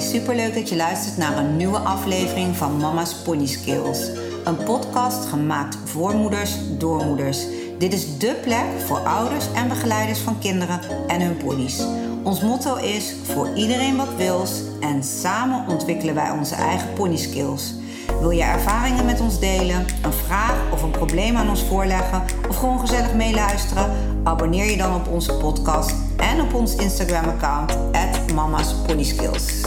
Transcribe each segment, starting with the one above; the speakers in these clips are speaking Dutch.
superleuk dat je luistert naar een nieuwe aflevering van Mama's Pony Skills. Een podcast gemaakt voor moeders, door moeders. Dit is dé plek voor ouders en begeleiders van kinderen en hun ponies. Ons motto is voor iedereen wat wils en samen ontwikkelen wij onze eigen pony skills. Wil je ervaringen met ons delen, een vraag of een probleem aan ons voorleggen of gewoon gezellig meeluisteren? Abonneer je dan op onze podcast en op ons Instagram-account @mamasponyskills.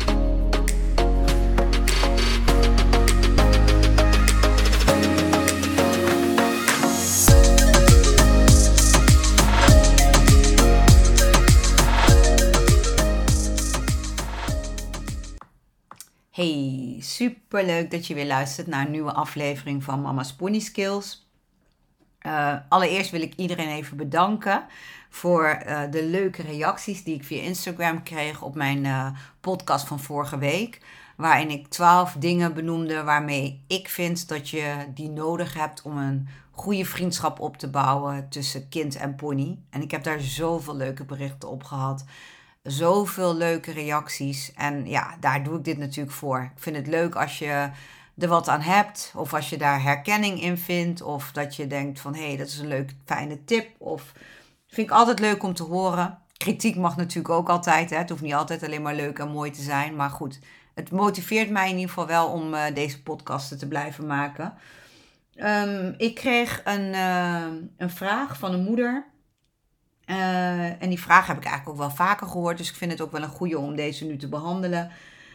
Hey, superleuk dat je weer luistert naar een nieuwe aflevering van Mama's Pony Skills. Allereerst wil ik iedereen even bedanken voor de leuke reacties die ik via Instagram kreeg op mijn podcast van vorige week. Waarin ik 12 dingen benoemde waarmee ik vind dat je die nodig hebt om een goede vriendschap op te bouwen tussen kind en pony. En ik heb daar zoveel leuke berichten op gehad. Zoveel leuke reacties. En ja, daar doe ik dit natuurlijk voor. Ik vind het leuk als je er wat aan hebt. Of als je daar herkenning in vindt. Of dat je denkt van, hé, dat is een leuke, fijne tip. Of vind ik altijd leuk om te horen. Kritiek mag natuurlijk ook altijd. Hè? Het hoeft niet altijd alleen maar leuk en mooi te zijn. Maar goed, het motiveert mij in ieder geval wel om deze podcasten te blijven maken. Ik kreeg een vraag van een moeder. En die vraag heb ik eigenlijk ook wel vaker gehoord. Dus ik vind het ook wel een goede om deze nu te behandelen.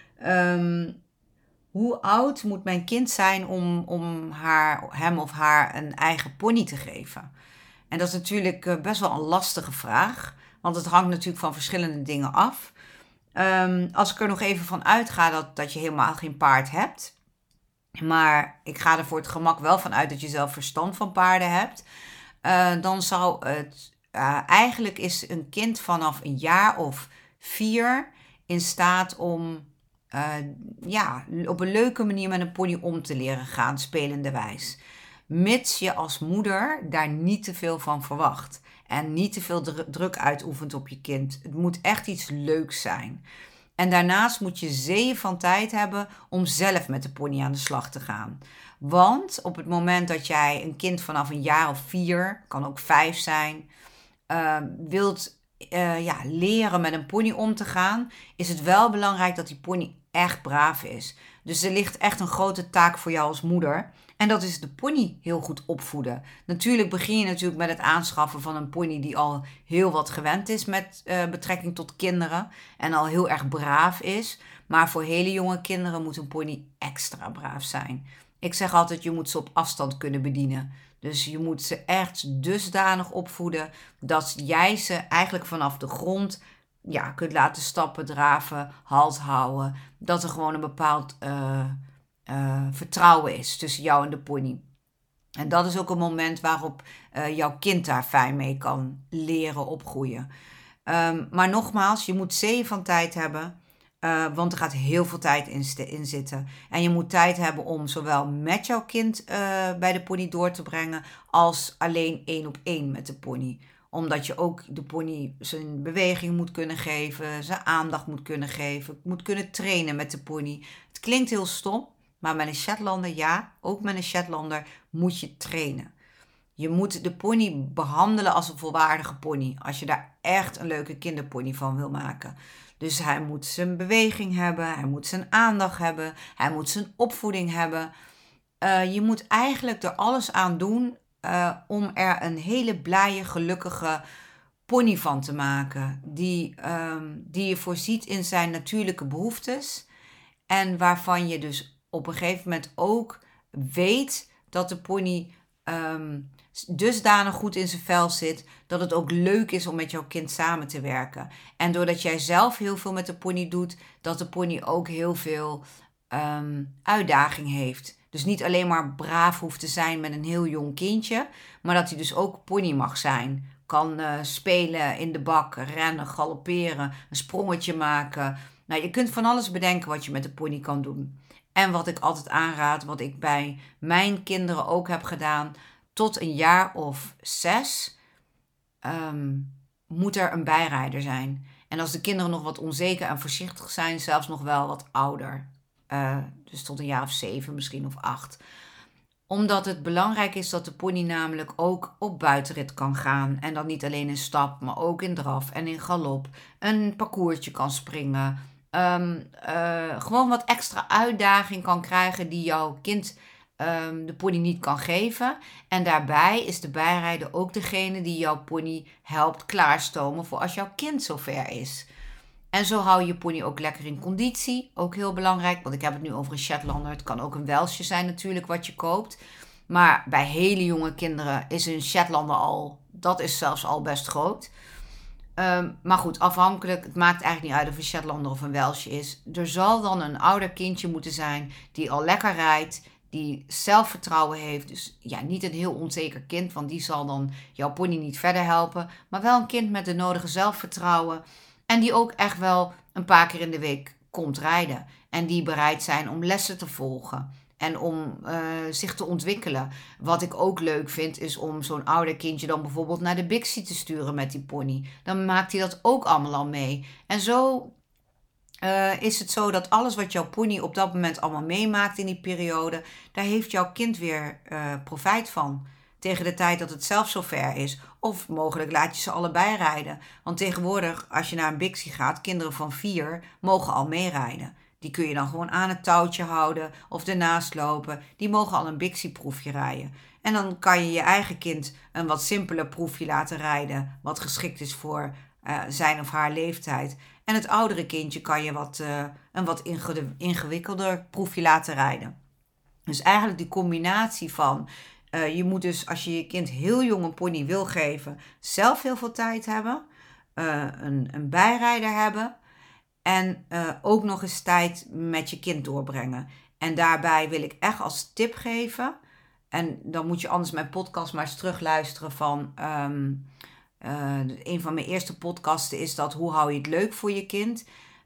Hoe oud moet mijn kind zijn om hem of haar een eigen pony te geven? En dat is natuurlijk best wel een lastige vraag. Want het hangt natuurlijk van verschillende dingen af. Als ik er nog even van uitga dat je helemaal geen paard hebt. Maar ik ga er voor het gemak wel van uit dat je zelf verstand van paarden hebt. Dan zou het... eigenlijk is een kind vanaf een jaar of 4 in staat om op een leuke manier met een pony om te leren gaan, spelenderwijs. Mits je als moeder daar niet te veel van verwacht. En niet te veel druk uitoefent op je kind. Het moet echt iets leuks zijn. En daarnaast moet je zeeën van tijd hebben om zelf met de pony aan de slag te gaan. Want op het moment dat jij een kind vanaf een jaar of 4, kan ook 5 zijn... wilt leren met een pony om te gaan, is het wel belangrijk dat die pony echt braaf is. Dus er ligt echt een grote taak voor jou als moeder. En dat is de pony heel goed opvoeden. Natuurlijk begin je met het aanschaffen van een pony die al heel wat gewend is met betrekking tot kinderen. En al heel erg braaf is. Maar voor hele jonge kinderen moet een pony extra braaf zijn. Ik zeg altijd, je moet ze op afstand kunnen bedienen. Dus je moet ze echt dusdanig opvoeden dat jij ze eigenlijk vanaf de grond kunt laten stappen, draven, halt houden. Dat er gewoon een bepaald vertrouwen is tussen jou en de pony. En dat is ook een moment waarop jouw kind daar fijn mee kan leren opgroeien. Maar nogmaals, je moet zeeën van tijd hebben. Want er gaat heel veel tijd in zitten. En je moet tijd hebben om zowel met jouw kind bij de pony door te brengen, als alleen 1-op-1 met de pony. Omdat je ook de pony zijn beweging moet kunnen geven, zijn aandacht moet kunnen geven, moet kunnen trainen met de pony. Het klinkt heel stom, maar met een Shetlander, ook met een Shetlander moet je trainen. Je moet de pony behandelen als een volwaardige pony, als je daar echt een leuke kinderpony van wil maken. Dus hij moet zijn beweging hebben, hij moet zijn aandacht hebben, hij moet zijn opvoeding hebben. Je moet eigenlijk er alles aan doen om er een hele blije, gelukkige pony van te maken. Die je voorziet in zijn natuurlijke behoeftes. En waarvan je dus op een gegeven moment ook weet dat de pony dusdanig goed in zijn vel zit, dat het ook leuk is om met jouw kind samen te werken. En doordat jij zelf heel veel met de pony doet, dat de pony ook heel veel uitdaging heeft. Dus niet alleen maar braaf hoeft te zijn met een heel jong kindje, maar dat hij dus ook pony mag zijn. Kan spelen in de bak, rennen, galopperen, een sprongetje maken. Nou, je kunt van alles bedenken wat je met de pony kan doen. En wat ik altijd aanraad, wat ik bij mijn kinderen ook heb gedaan, tot een jaar of 6 moet er een bijrijder zijn. En als de kinderen nog wat onzeker en voorzichtig zijn, zelfs nog wel wat ouder. Dus tot een jaar of 7 misschien of 8. Omdat het belangrijk is dat de pony namelijk ook op buitenrit kan gaan. En dan niet alleen in stap, maar ook in draf en in galop. Een parcoursje kan springen. Gewoon wat extra uitdaging kan krijgen die jouw kind de pony niet kan geven. En daarbij is de bijrijder ook degene die jouw pony helpt klaarstomen voor als jouw kind zover is. En zo hou je je pony ook lekker in conditie. Ook heel belangrijk, want ik heb het nu over een Shetlander. Het kan ook een Welsje zijn natuurlijk wat je koopt. Maar bij hele jonge kinderen is een Shetlander dat is zelfs al best groot. Maar goed, afhankelijk, het maakt eigenlijk niet uit of een Shetlander of een Welsje is. Er zal dan een ouder kindje moeten zijn die al lekker rijdt, die zelfvertrouwen heeft. Dus ja, niet een heel onzeker kind, want die zal dan jouw pony niet verder helpen. Maar wel een kind met de nodige zelfvertrouwen. En die ook echt wel een paar keer in de week komt rijden. En die bereid zijn om lessen te volgen. En om zich te ontwikkelen. Wat ik ook leuk vind, is om zo'n ouder kindje dan bijvoorbeeld naar de Bixie te sturen met die pony. Dan maakt hij dat ook allemaal al mee. En zo is het zo dat alles wat jouw pony op dat moment allemaal meemaakt in die periode, daar heeft jouw kind weer profijt van. Tegen de tijd dat het zelf zover is. Of mogelijk laat je ze allebei rijden. Want tegenwoordig, als je naar een Bixie gaat, kinderen van 4 mogen al meerijden. Die kun je dan gewoon aan het touwtje houden of ernaast lopen. Die mogen al een Bixie-proefje rijden. En dan kan je je eigen kind een wat simpeler proefje laten rijden, wat geschikt is voor zijn of haar leeftijd. En het oudere kindje kan je een wat ingewikkelder proefje laten rijden. Dus eigenlijk die combinatie van, je moet dus als je je kind heel jong een pony wil geven, zelf heel veel tijd hebben, een bijrijder hebben en ook nog eens tijd met je kind doorbrengen. En daarbij wil ik echt als tip geven, en dan moet je anders mijn podcast maar eens terugluisteren van een van mijn eerste podcasten is dat hoe hou je het leuk voor je kind?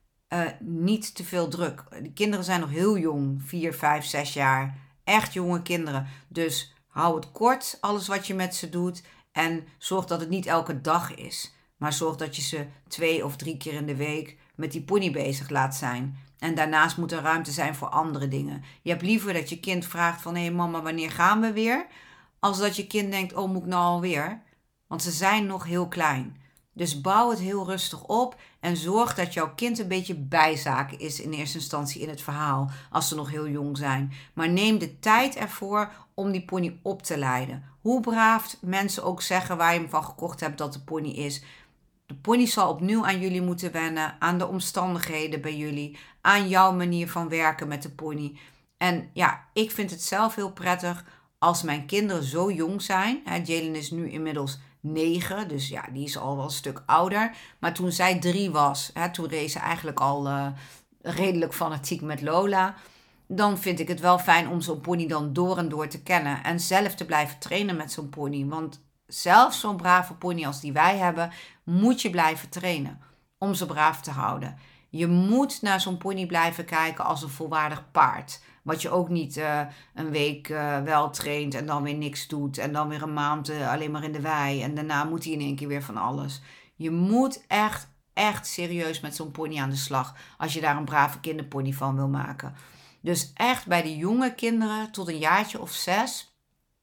Niet te veel druk. De kinderen zijn nog heel jong, 4, 5, 6 jaar. Echt jonge kinderen. Dus hou het kort, alles wat je met ze doet. En zorg dat het niet elke dag is. Maar zorg dat je ze 2 of 3 keer in de week met die pony bezig laat zijn. En daarnaast moet er ruimte zijn voor andere dingen. Je hebt liever dat je kind vraagt van, hé mama, wanneer gaan we weer? Als dat je kind denkt, oh, moet ik nou alweer? Want ze zijn nog heel klein. Dus bouw het heel rustig op en zorg dat jouw kind een beetje bijzaken is in eerste instantie in het verhaal, als ze nog heel jong zijn. Maar neem de tijd ervoor om die pony op te leiden. Hoe braaf mensen ook zeggen waar je hem van gekocht hebt dat de pony is. De pony zal opnieuw aan jullie moeten wennen, aan de omstandigheden bij jullie, aan jouw manier van werken met de pony. En ja, ik vind het zelf heel prettig als mijn kinderen zo jong zijn. Jalen is nu inmiddels 9, dus ja, die is al wel een stuk ouder. Maar toen zij 3 was, toen reed ze eigenlijk al redelijk fanatiek met Lola. Dan vind ik het wel fijn om zo'n pony dan door en door te kennen. En zelf te blijven trainen met zo'n pony. Want zelfs zo'n brave pony als die wij hebben, moet je blijven trainen. Om ze braaf te houden. Je moet naar zo'n pony blijven kijken als een volwaardig paard. Wat je ook niet een week wel traint en dan weer niks doet. En dan weer een maand alleen maar in de wei. En daarna moet hij in één keer weer van alles. Je moet echt serieus met zo'n pony aan de slag. Als je daar een brave kinderpony van wil maken. Dus echt bij de jonge kinderen tot een jaartje of 6,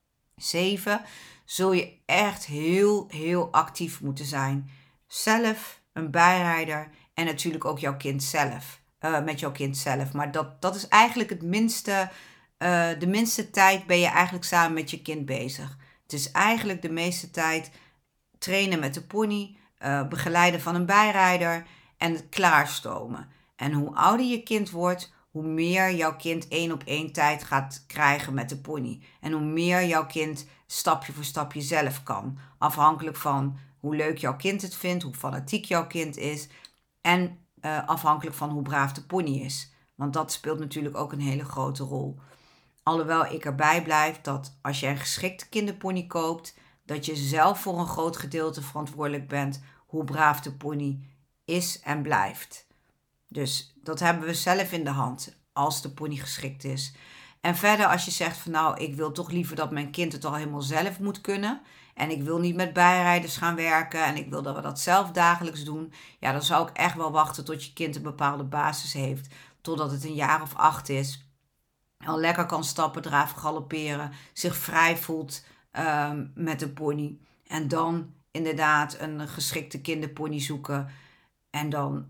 7... zul je echt heel actief moeten zijn. Zelf, een bijrijder en natuurlijk ook jouw kind zelf. Met jouw kind zelf. Maar dat is eigenlijk het minste. De minste tijd ben je eigenlijk samen met je kind bezig. Het is eigenlijk de meeste tijd trainen met de pony, begeleiden van een bijrijder en het klaarstomen. En hoe ouder je kind wordt, hoe meer jouw kind 1-op-1 tijd gaat krijgen met de pony. En hoe meer jouw kind stapje voor stapje zelf kan. Afhankelijk van hoe leuk jouw kind het vindt, hoe fanatiek jouw kind is. En afhankelijk van hoe braaf de pony is. Want dat speelt natuurlijk ook een hele grote rol. Alhoewel ik erbij blijf dat als je een geschikte kinderpony koopt, dat je zelf voor een groot gedeelte verantwoordelijk bent hoe braaf de pony is en blijft. Dus dat hebben we zelf in de hand als de pony geschikt is. En verder als je zegt van nou, ik wil toch liever dat mijn kind het al helemaal zelf moet kunnen. En ik wil niet met bijrijders gaan werken en ik wil dat we dat zelf dagelijks doen. Ja, dan zou ik echt wel wachten tot je kind een bepaalde basis heeft. Totdat het een jaar of 8 is. Al lekker kan stappen, draven, galopperen. Zich vrij voelt met een pony. En dan inderdaad een geschikte kinderpony zoeken. En dan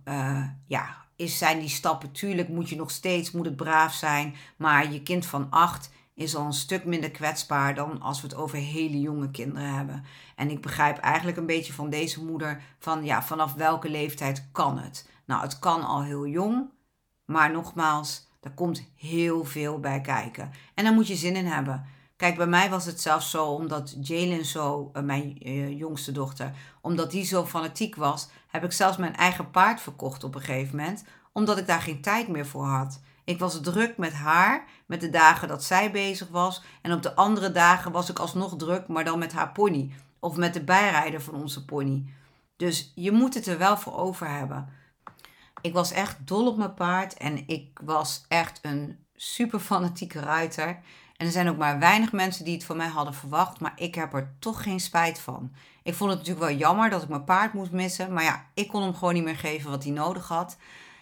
zijn die stappen, tuurlijk moet het braaf zijn. Maar je kind van 8 is al een stuk minder kwetsbaar dan als we het over hele jonge kinderen hebben. En ik begrijp eigenlijk een beetje van deze moeder van ja, vanaf welke leeftijd kan het? Nou, het kan al heel jong, maar nogmaals, er komt heel veel bij kijken. En daar moet je zin in hebben. Kijk, bij mij was het zelfs zo, omdat Jalen mijn jongste dochter, omdat die zo fanatiek was, heb ik zelfs mijn eigen paard verkocht op een gegeven moment, omdat ik daar geen tijd meer voor had. Ik was druk met haar, met de dagen dat zij bezig was. En op de andere dagen was ik alsnog druk, maar dan met haar pony. Of met de bijrijder van onze pony. Dus je moet het er wel voor over hebben. Ik was echt dol op mijn paard en ik was echt een super fanatieke ruiter. En er zijn ook maar weinig mensen die het van mij hadden verwacht, maar ik heb er toch geen spijt van. Ik vond het natuurlijk wel jammer dat ik mijn paard moest missen, maar ja, ik kon hem gewoon niet meer geven wat hij nodig had.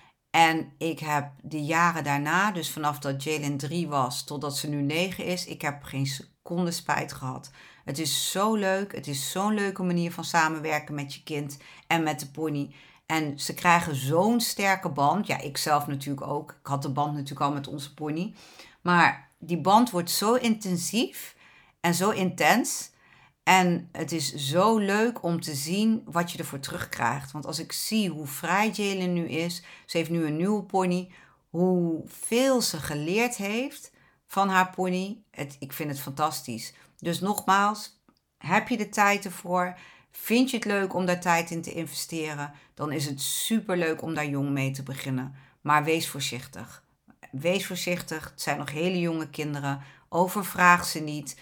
En ik heb de jaren daarna, dus vanaf dat Jalen 3 was totdat ze nu 9 is, ik heb geen seconde spijt gehad. Het is zo leuk, het is zo'n leuke manier van samenwerken met je kind en met de pony. En ze krijgen zo'n sterke band. Ja, ik zelf natuurlijk ook. Ik had de band natuurlijk al met onze pony. Maar die band wordt zo intensief en zo intens. En het is zo leuk om te zien wat je ervoor terugkrijgt. Want als ik zie hoe vrij Jalen nu is, ze heeft nu een nieuwe pony, hoeveel ze geleerd heeft van haar pony. Ik vind het fantastisch. Dus nogmaals, heb je de tijd ervoor? Vind je het leuk om daar tijd in te investeren? Dan is het superleuk om daar jong mee te beginnen. Maar wees voorzichtig. Wees voorzichtig. Het zijn nog hele jonge kinderen. Overvraag ze niet.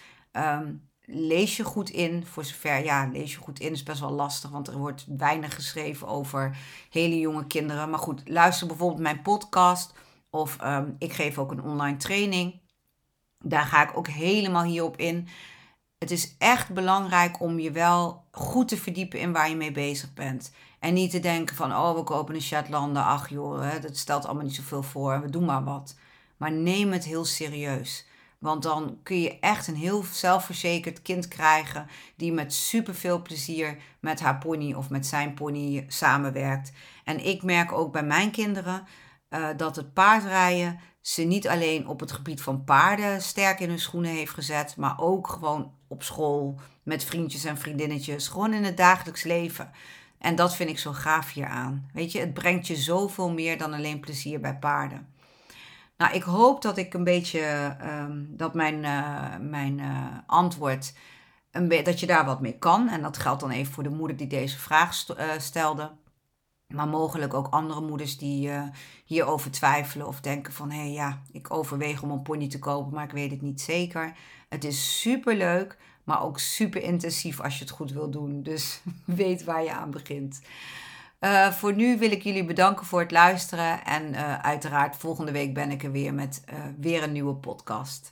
Lees je goed in. Voor zover, ja, lees je goed in is best wel lastig. Want er wordt weinig geschreven over hele jonge kinderen. Maar goed, luister bijvoorbeeld mijn podcast. Of ik geef ook een online training. Daar ga ik ook helemaal hierop in. Het is echt belangrijk om je wel goed te verdiepen in waar je mee bezig bent. En niet te denken van, oh, we kopen een Shetlander. Ach joh, dat stelt allemaal niet zoveel voor. We doen maar wat. Maar neem het heel serieus. Want dan kun je echt een heel zelfverzekerd kind krijgen die met superveel plezier met haar pony of met zijn pony samenwerkt. En ik merk ook bij mijn kinderen dat het paardrijden ze niet alleen op het gebied van paarden sterk in hun schoenen heeft gezet, maar ook gewoon op school, met vriendjes en vriendinnetjes, gewoon in het dagelijks leven. En dat vind ik zo gaaf hieraan. Weet je, het brengt je zoveel meer dan alleen plezier bij paarden. Nou, ik hoop dat ik een beetje, dat mijn antwoord, dat je daar wat mee kan. En dat geldt dan even voor de moeder die deze vraag stelde. Maar mogelijk ook andere moeders die hierover twijfelen of denken van, hé ja, ik overweeg om een pony te kopen, maar ik weet het niet zeker. Het is superleuk, maar ook super intensief als je het goed wil doen. Dus weet waar je aan begint. Voor nu wil ik jullie bedanken voor het luisteren. En uiteraard volgende week ben ik er weer met weer een nieuwe podcast.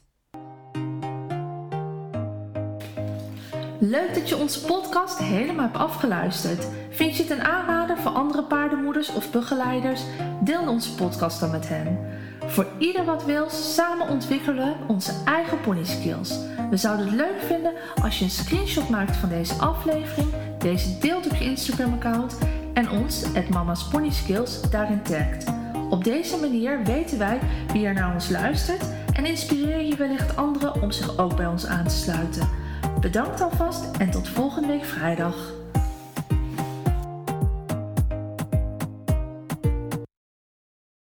Leuk dat je onze podcast helemaal hebt afgeluisterd. Vind je het een aanrader voor andere paardenmoeders of begeleiders? Deel onze podcast dan met hen. Voor ieder wat wil, samen ontwikkelen we onze eigen pony skills. We zouden het leuk vinden als je een screenshot maakt van deze aflevering, deze deelt op je Instagram-account en ons, @Mama's Pony Skills, daarin tagt. Op deze manier weten wij wie er naar ons luistert en inspireer je wellicht anderen om zich ook bij ons aan te sluiten. Bedankt alvast en tot volgende week vrijdag.